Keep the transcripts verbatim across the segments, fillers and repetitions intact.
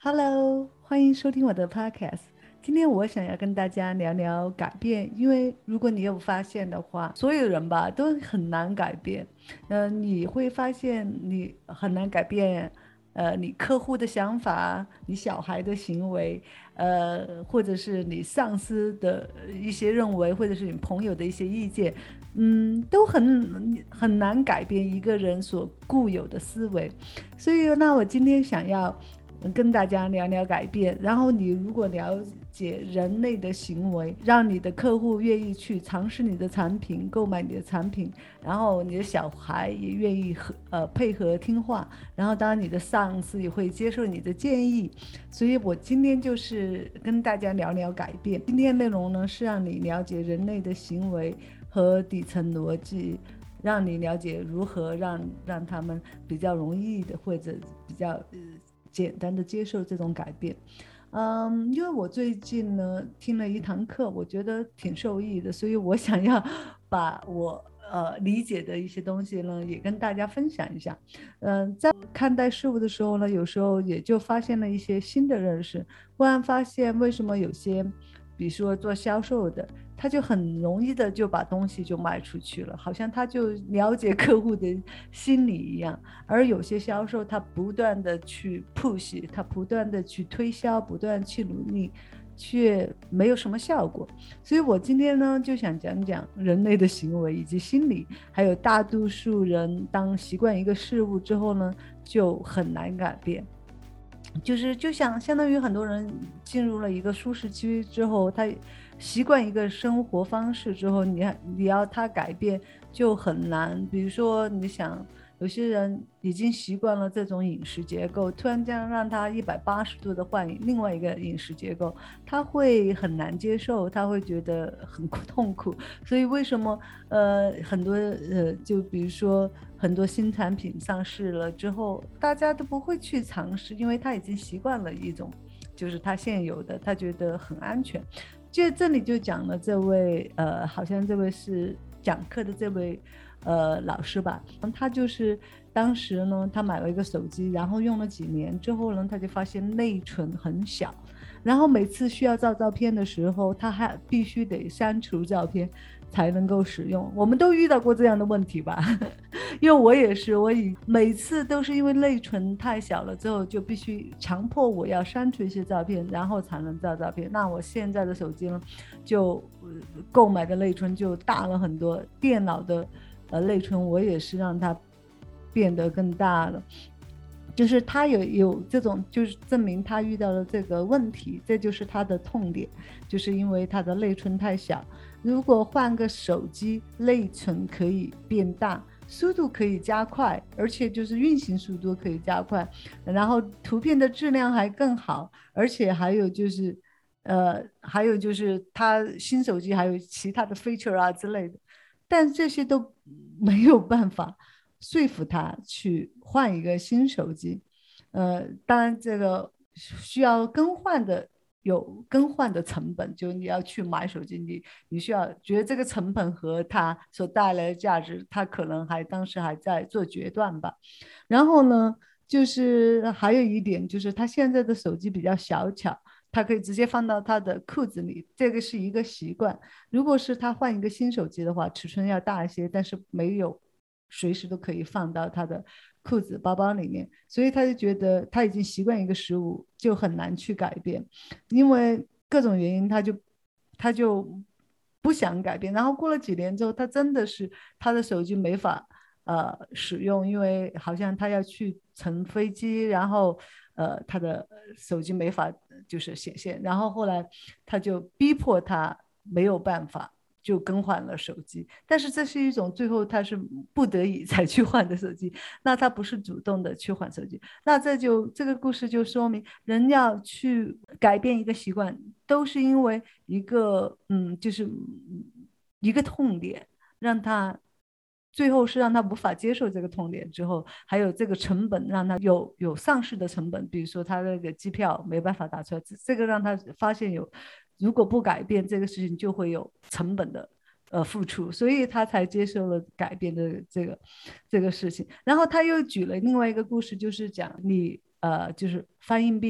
Hello，欢迎收听我的 Podcast。今天我想要跟大家聊聊改变，因为如果你有发现的话，所有人吧都很难改变。嗯、你会发现你很难改变，呃，你客户的想法，你小孩的行为，呃，或者是你上司的一些认为，或者是你朋友的一些意见，嗯，都很很难改变一个人所固有的思维。所以，那我今天想要嗯跟大家聊聊改变。然后，你如果了解人类的行为，让你的客户愿意去尝试你的产品，购买你的产品，然后你的小孩也愿意和呃配合听话，然后当然你的上司也会接受你的建议。所以我今天就是跟大家聊聊改变。今天内容呢是让你了解人类的行为和底层逻辑，让你了解如何让让他们比较容易的或者比较呃简单的接受这种改变。嗯，因为我最近呢听了一堂课，我觉得挺受益的，所以我想要把我呃理解的一些东西呢也跟大家分享一下。嗯，在看待事物的时候呢，有时候也就发现了一些新的认识，忽然发现为什么有些，比如说做销售的，他就很容易的就把东西就卖出去了，好像他就了解客户的心理一样。而有些销售他不断的去 push，他不断的去推销，不断去努力，却没有什么效果。所以我今天呢就想讲讲人类的行为以及心理，还有大多数人当习惯一个事物之后呢，就很难改变。就是就像相当于很多人进入了一个舒适区之后，他习惯一个生活方式之后，你你要他改变就很难。比如说，你想有些人已经习惯了这种饮食结构，突然间让他一百八十度的换另外一个饮食结构，他会很难接受，他会觉得很痛苦。所以为什么呃很多呃就比如说很多新产品上市了之后，大家都不会去尝试，因为他已经习惯了一种就是他现有的，他觉得很安全。就这里就讲了这位呃，好像这位是讲课的这位呃老师吧，他就是当时呢，他买了一个手机，然后用了几年之后呢，他就发现内存很小，然后每次需要照照片的时候，他还必须得删除照片才能够使用。我们都遇到过这样的问题吧？因为我也是，我以每次都是因为内存太小了之后，就必须强迫我要删除一些照片，然后才能照照片。那我现在的手机呢，就、呃购买的内存就大了很多，电脑的呃内存我也是让它变得更大了。就是他有有这种，就是证明他遇到了这个问题，这就是他的痛点，就是因为他的内存太小。如果换个手机，内存可以变大，速度可以加快，而且就是运行速度可以加快，然后图片的质量还更好，而且还有就是，呃，还有就是它新手机还有其他的 feature 啊之类的，但这些都没有办法说服他去换一个新手机。呃，当然这个需要更换的有更换的成本，就你要去买手机，你你需要觉得这个成本和它所带来的价值，他可能还当时还在做决断吧。然后呢，就是还有一点就是他现在的手机比较小巧，他可以直接放到他的裤子里，这个是一个习惯。如果是他换一个新手机的话，尺寸要大一些，但是没有随时都可以放到他的裤子、包包里面，所以他就觉得他已经习惯一个食物，就很难去改变，因为各种原因，他就他就不想改变。然后过了几年之后，他真的是他的手机没法呃使用，因为好像他要去乘飞机，然后呃他的手机没法就是显现，然后后来他就逼迫他没有办法。就更换了手机，但是这是一种最后他是不得已才去换的手机，那他不是主动的去换手机，那这就这个故事就说明，人要去改变一个习惯，都是因为一个嗯，就是一个痛点，让他最后是让他无法接受这个痛点之后，还有这个成本让他有有丧失的成本，比如说他那个机票没办法打出来，这个让他发现有，如果不改变这个事情就会有成本的。呃，付出，所以他才接受了改变的这个这个事情。然后他又举了另外一个故事，就是讲你呃，就是翻硬币，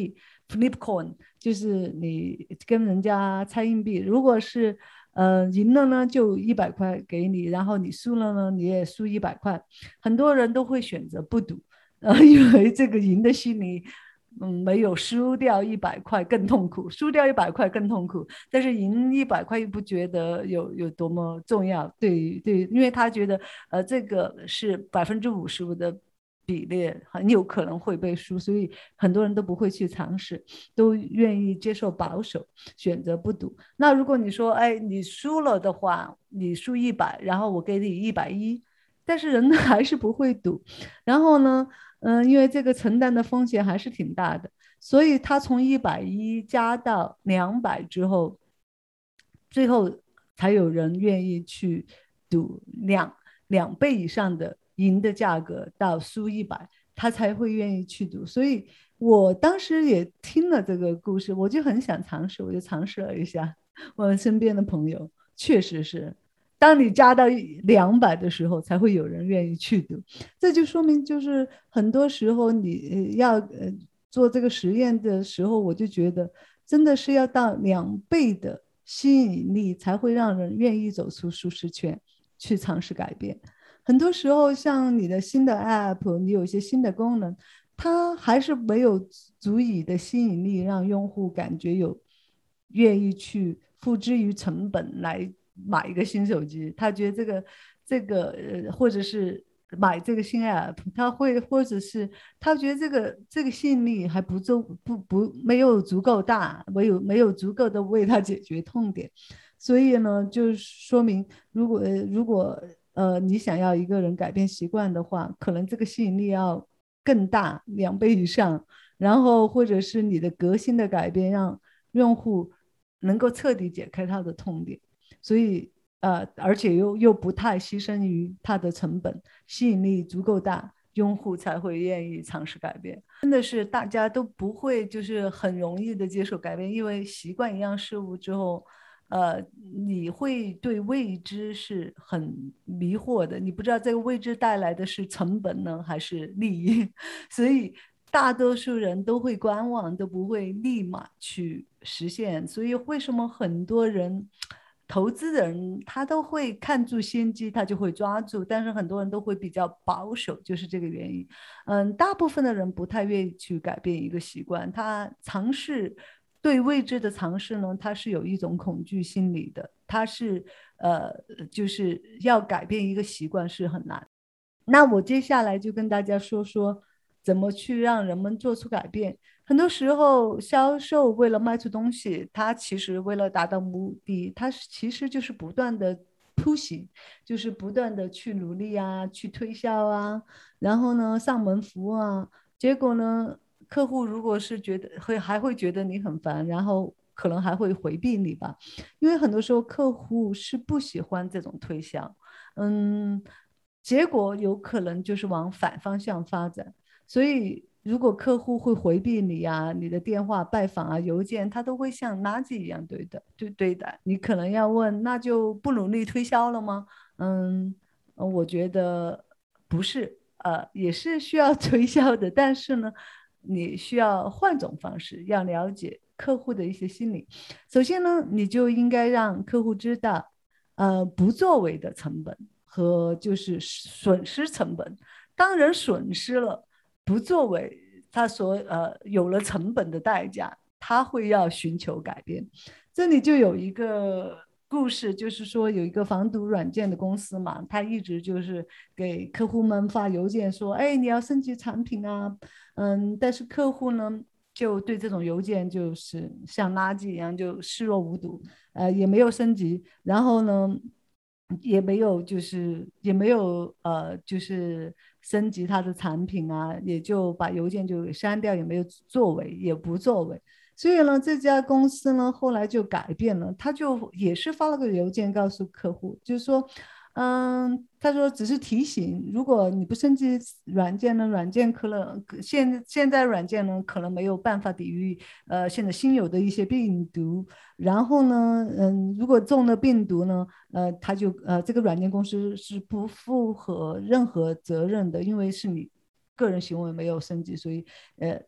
flip coin，就是你跟人家猜硬币，如果是呃赢了呢就一百块给你，然后你输了呢你也输一百块，很多人都会选择不赌，呃，因为这个赢的心理。嗯，没有输掉一百块更痛苦，输掉一百块更痛苦，但是赢一百块又不觉得有有多么重要，对对，因为他觉得呃这个是百分之五十五的比例，很有可能会被输，所以很多人都不会去尝试，都愿意接受保守，选择不赌。那如果你说，哎，你输了的话，你输一百，然后我给你一百一，但是人还是不会赌，然后呢？嗯，因为这个承担的风险还是挺大的，所以他从一百一加到两百之后，最后才有人愿意去赌两两倍以上的赢的价格到输一百，他才会愿意去赌。所以我当时也听了这个故事，我就很想尝试，我就尝试了一下。我身边的朋友确实是，当你加到两百的时候，才会有人愿意去赌。这就说明，就是很多时候你呃要呃做这个实验的时候，我就觉得真的是要到两倍的吸引力，才会让人愿意走出舒适圈，去尝试改变。很多时候，像你的新的 app，你有一些新的功能，它还是没有足以的吸引力，让用户感觉有愿意去付之于成本来买一个新手机。他觉得这个这个呃，或者是买这个新 app，他会或者是他觉得这个这个吸引力还不足不不没有足够大，没有没有足够的为他解决痛点。所以呢，就说明如果如果呃你想要一个人改变习惯的话，可能这个吸引力要更大，两倍以上，然后或者是你的革新的改变，让用户能够彻底解开他的痛点。所以呃，而且又又不太牺牲于它的成本，吸引力足够大，用户才会愿意尝试改变。真的是大家都不会就是很容易的接受改变，因为习惯一样事物之后，呃，你会对未知是很迷惑的，你不知道这个未知带来的是成本呢，还是利益，所以大多数人都会观望，都不会立马去实现。所以为什么很多人？投资人他都会看住先机，他就会抓住，但是很多人都会比较保守，就是这个原因。嗯，大部分的人不太愿意去改变一个习惯，他尝试对未知的尝试呢，他是有一种恐惧心理的，他是呃，就是要改变一个习惯是很难。那我接下来就跟大家说说怎么去让人们做出改变。很多时候，销售为了卖出东西，他其实为了达到目的，他其实就是不断的 pushing，就是不断的去努力啊，去推销啊，然后呢上门服务啊。结果呢，客户如果是觉得会还会觉得你很烦，然后可能还会回避你吧，因为很多时候客户是不喜欢这种推销。嗯，结果有可能就是往反方向发展。所以，如果客户会回避你啊，你的电话、拜访啊、邮件，他都会像垃圾一样对待，对对待。你可能要问，那就不努力推销了吗？嗯，呃我觉得不是，呃，也是需要推销的，但是呢，你需要换种方式，要了解客户的一些心理。首先呢，你就应该让客户知道，呃，不作为的成本和就是损失成本。当人损失了，不作为，他所呃有了成本的代价，他会要寻求改变。这里就有一个故事，就是说有一个防毒软件的公司嘛，他一直就是给客户们发邮件说，哎，你要升级产品啊，嗯，但是客户呢就对这种邮件就是像垃圾一样就视若无睹，呃，也没有升级，然后呢，也没有就是也没有呃就是升级它的产品啊，也就把邮件就给删掉，也没有作为，也不作为。所以呢，这家公司呢后来就改变了，他就也是发了个邮件告诉客户，就是说，嗯，他说只是提醒，如果你不升级软件呢，软件可能现现在软件呢可能没有办法抵御呃现在新有的一些病毒，然后呢，嗯，如果中了病毒呢，呃，他就呃这个软件公司是不负荷任何责任的，因为是你个人行为没有升级，所以呃你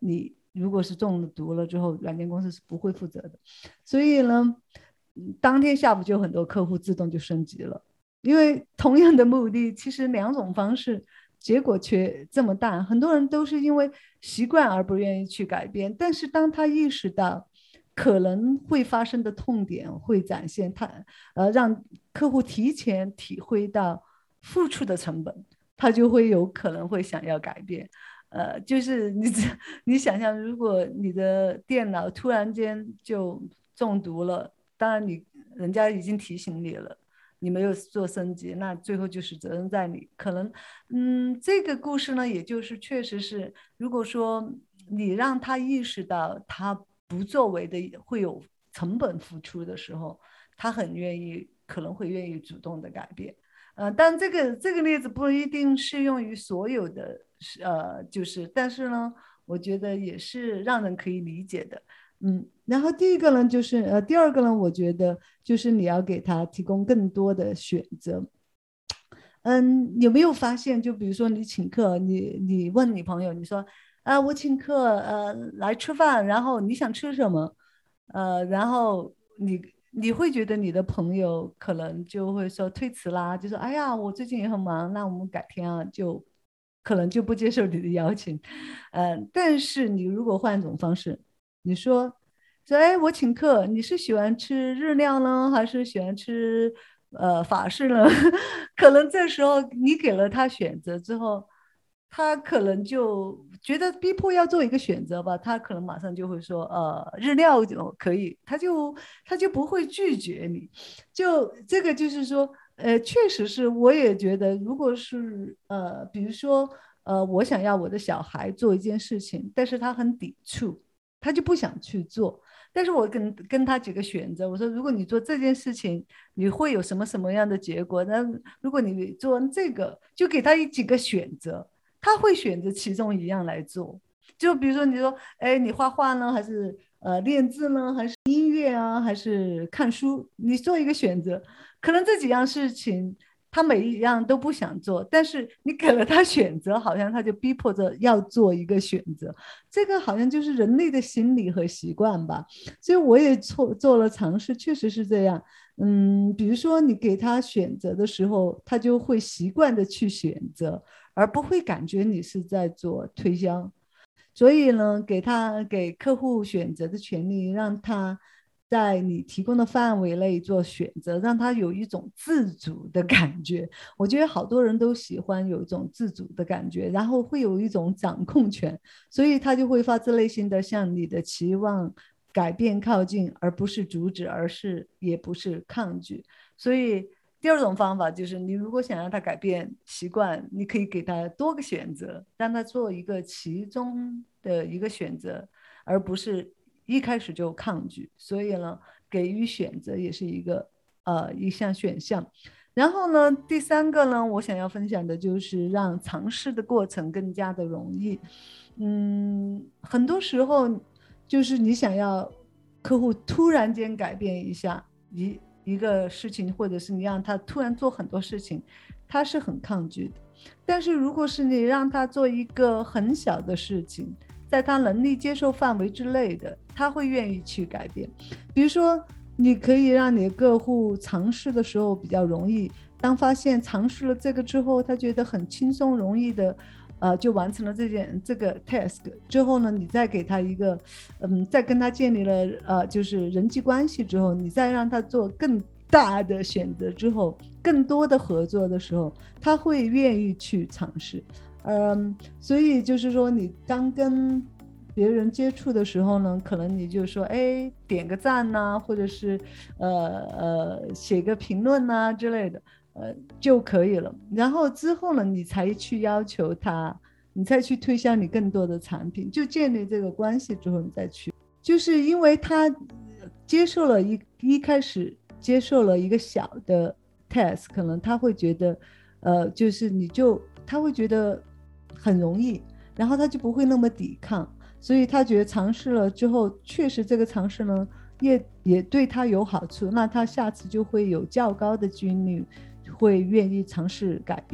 如果是中了毒了之后，软件公司是不会负责的。所以呢，当天下午就很多客户自动就升级了，因为同样的目的，其实两种方式结果却这么大。很多人都是因为习惯而不愿意去改变，但是当他意识到可能会发生的痛点会展现他，呃，让客户提前体会到付出的成本，他就会有可能会想要改变。呃，就是你你想象，如果你的电脑突然间就中毒了，当然你人家已经提醒你了，你没有做升级，那最后就是责任在你。可能，嗯，这个故事呢，也就是确实是，如果说你让他意识到他不作为的会有成本付出的时候，他很愿意，可能会愿意主动的改变。呃，但这个这个例子不一定适用于所有的，呃，就是，但是呢，我觉得也是让人可以理解的。嗯，然后第一个呢，就是呃，第二个呢，我觉得就是你要给他提供更多的选择。嗯，有没有发现，就比如说你请客，你你问你朋友，你说啊，我请客，呃，来吃饭，然后你想吃什么？呃，然后你你会觉得你的朋友可能就会说推辞啦，就说哎呀，我最近也很忙，那我们改天啊，就可能就不接受你的邀请。嗯、呃，但是你如果换一种方式，你说说，哎，我请客，你是喜欢吃日料呢，还是喜欢吃呃法式呢？可能这时候你给了他选择之后，他可能就觉得逼迫要做一个选择吧，他可能马上就会说，呃，日料就可以，他就他就不会拒绝你。就这个就是说，呃，确实是，我也觉得，如果是呃，比如说，呃，我想要我的小孩做一件事情，但是他很抵触，他就不想去做。但是我跟跟他几个选择，我说如果你做这件事情，你会有什么什么样的结果？那如果你做完这个，就给他几个选择，他会选择其中一样来做。就比如说你说，哎，你画画呢，还是呃练字呢，还是音乐啊，还是看书？你做一个选择，可能这几样事情他每一样都不想做，但是你给了他选择，好像他就逼迫着要做一个选择。这个好像就是人类的心理和习惯吧。所以我也做做了尝试，确实是这样。嗯，比如说你给他选择的时候，他就会习惯的去选择，而不会感觉你是在做推销。所以呢，给他给客户选择的权利，让他在你提供的范围内做选择，让他有一种自主的感觉。我觉得好多人都喜欢有一种自主的感觉，然后会有一种掌控权，所以他就会发自内心的向你的期望改变靠近，而不是阻止，而是也不是抗拒。所以第二种方法就是，你如果想让他改变习惯，你可以给他多个选择，让他做一个其中的一个选择，而不是一开始就抗拒。所以呢，给予选择也是一个呃一项选项。然后呢，第三个呢，我想要分享的就是让尝试的过程更加的容易。嗯，很多时候就是你想要客户突然间改变一下一一个事情，或者是你让他突然做很多事情，他是很抗拒的。但是如果是你让他做一个很小的事情，在他能力接受范围之内的，他会愿意去改变。比如说，你可以让你的客户尝试的时候比较容易，当发现尝试了这个之后，他觉得很轻松容易的。呃，就完成了这件这个 task 之后呢，你再给他一个，嗯，再跟他建立了呃，就是人际关系之后，你再让他做更大的选择之后，更多的合作的时候，他会愿意去尝试。嗯，所以就是说，你刚跟别人接触的时候呢，可能你就说，哎，点个赞呐、啊，或者是呃呃写个评论呐、啊、之类的。呃就可以了。然后之后呢，你才去要求他，你再去推销你更多的产品，就建立这个关系之后，你再去，就是因为他接受了一一开始接受了一个小的 test，可能他会觉得，呃，就是你就他会觉得很容易，然后他就不会那么抵抗，所以他觉得尝试了之后，确实这个尝试呢。也也对他有好处，那他下次就会有较高的几率会愿意尝试改变。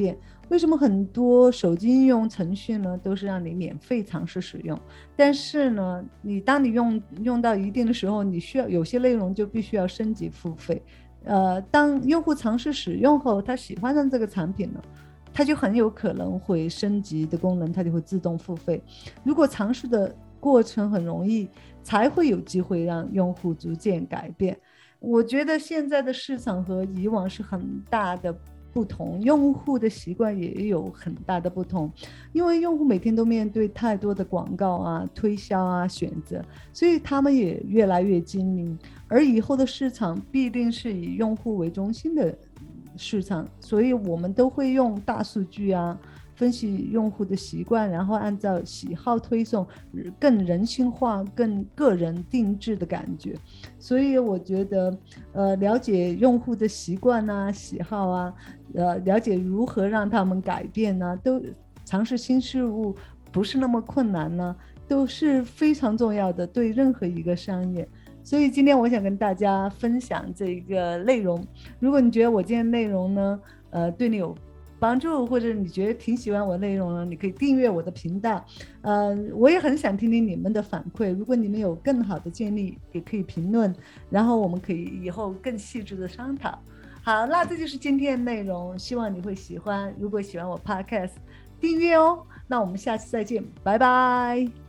为什么很多手机应用程序呢都是让你免费尝试使用，但是呢，你当你用用到一定的时候，你需要有些内容就必须要升级付费。呃，当用户尝试使用后，他喜欢上这个产品了，他就很有可能会升级的功能，它就会自动付费。如果尝试的过程很容易，才会有机会让用户逐渐改变。我觉得现在的市场和以往是很大的不同，用户的习惯也有很大的不同，因为用户每天都面对太多的广告啊、推销啊、选择，所以他们也越来越精明。而以后的市场必定是以用户为中心的市场，所以我们都会用大数据啊，分析用户的习惯，然后按照喜好推送更人性化、更个人定制的感觉。所以我觉得，呃，了解用户的习惯啊、喜好啊，呃，了解如何让他们改变呢、啊，都尝试新事物不是那么困难呢，都是非常重要的，对任何一个商业。所以今天我想跟大家分享这个内容。如果你觉得我今天内容呢，呃，对你有帮助，或者你觉得挺喜欢我内容呢，你可以订阅我的频道。呃，我也很想听听你们的反馈。如果你们有更好的建议，也可以评论，然后我们可以以后更细致的商讨。好，那这就是今天的内容，希望你会喜欢。如果喜欢我 Podcast，订阅哦。那我们下次再见，拜拜。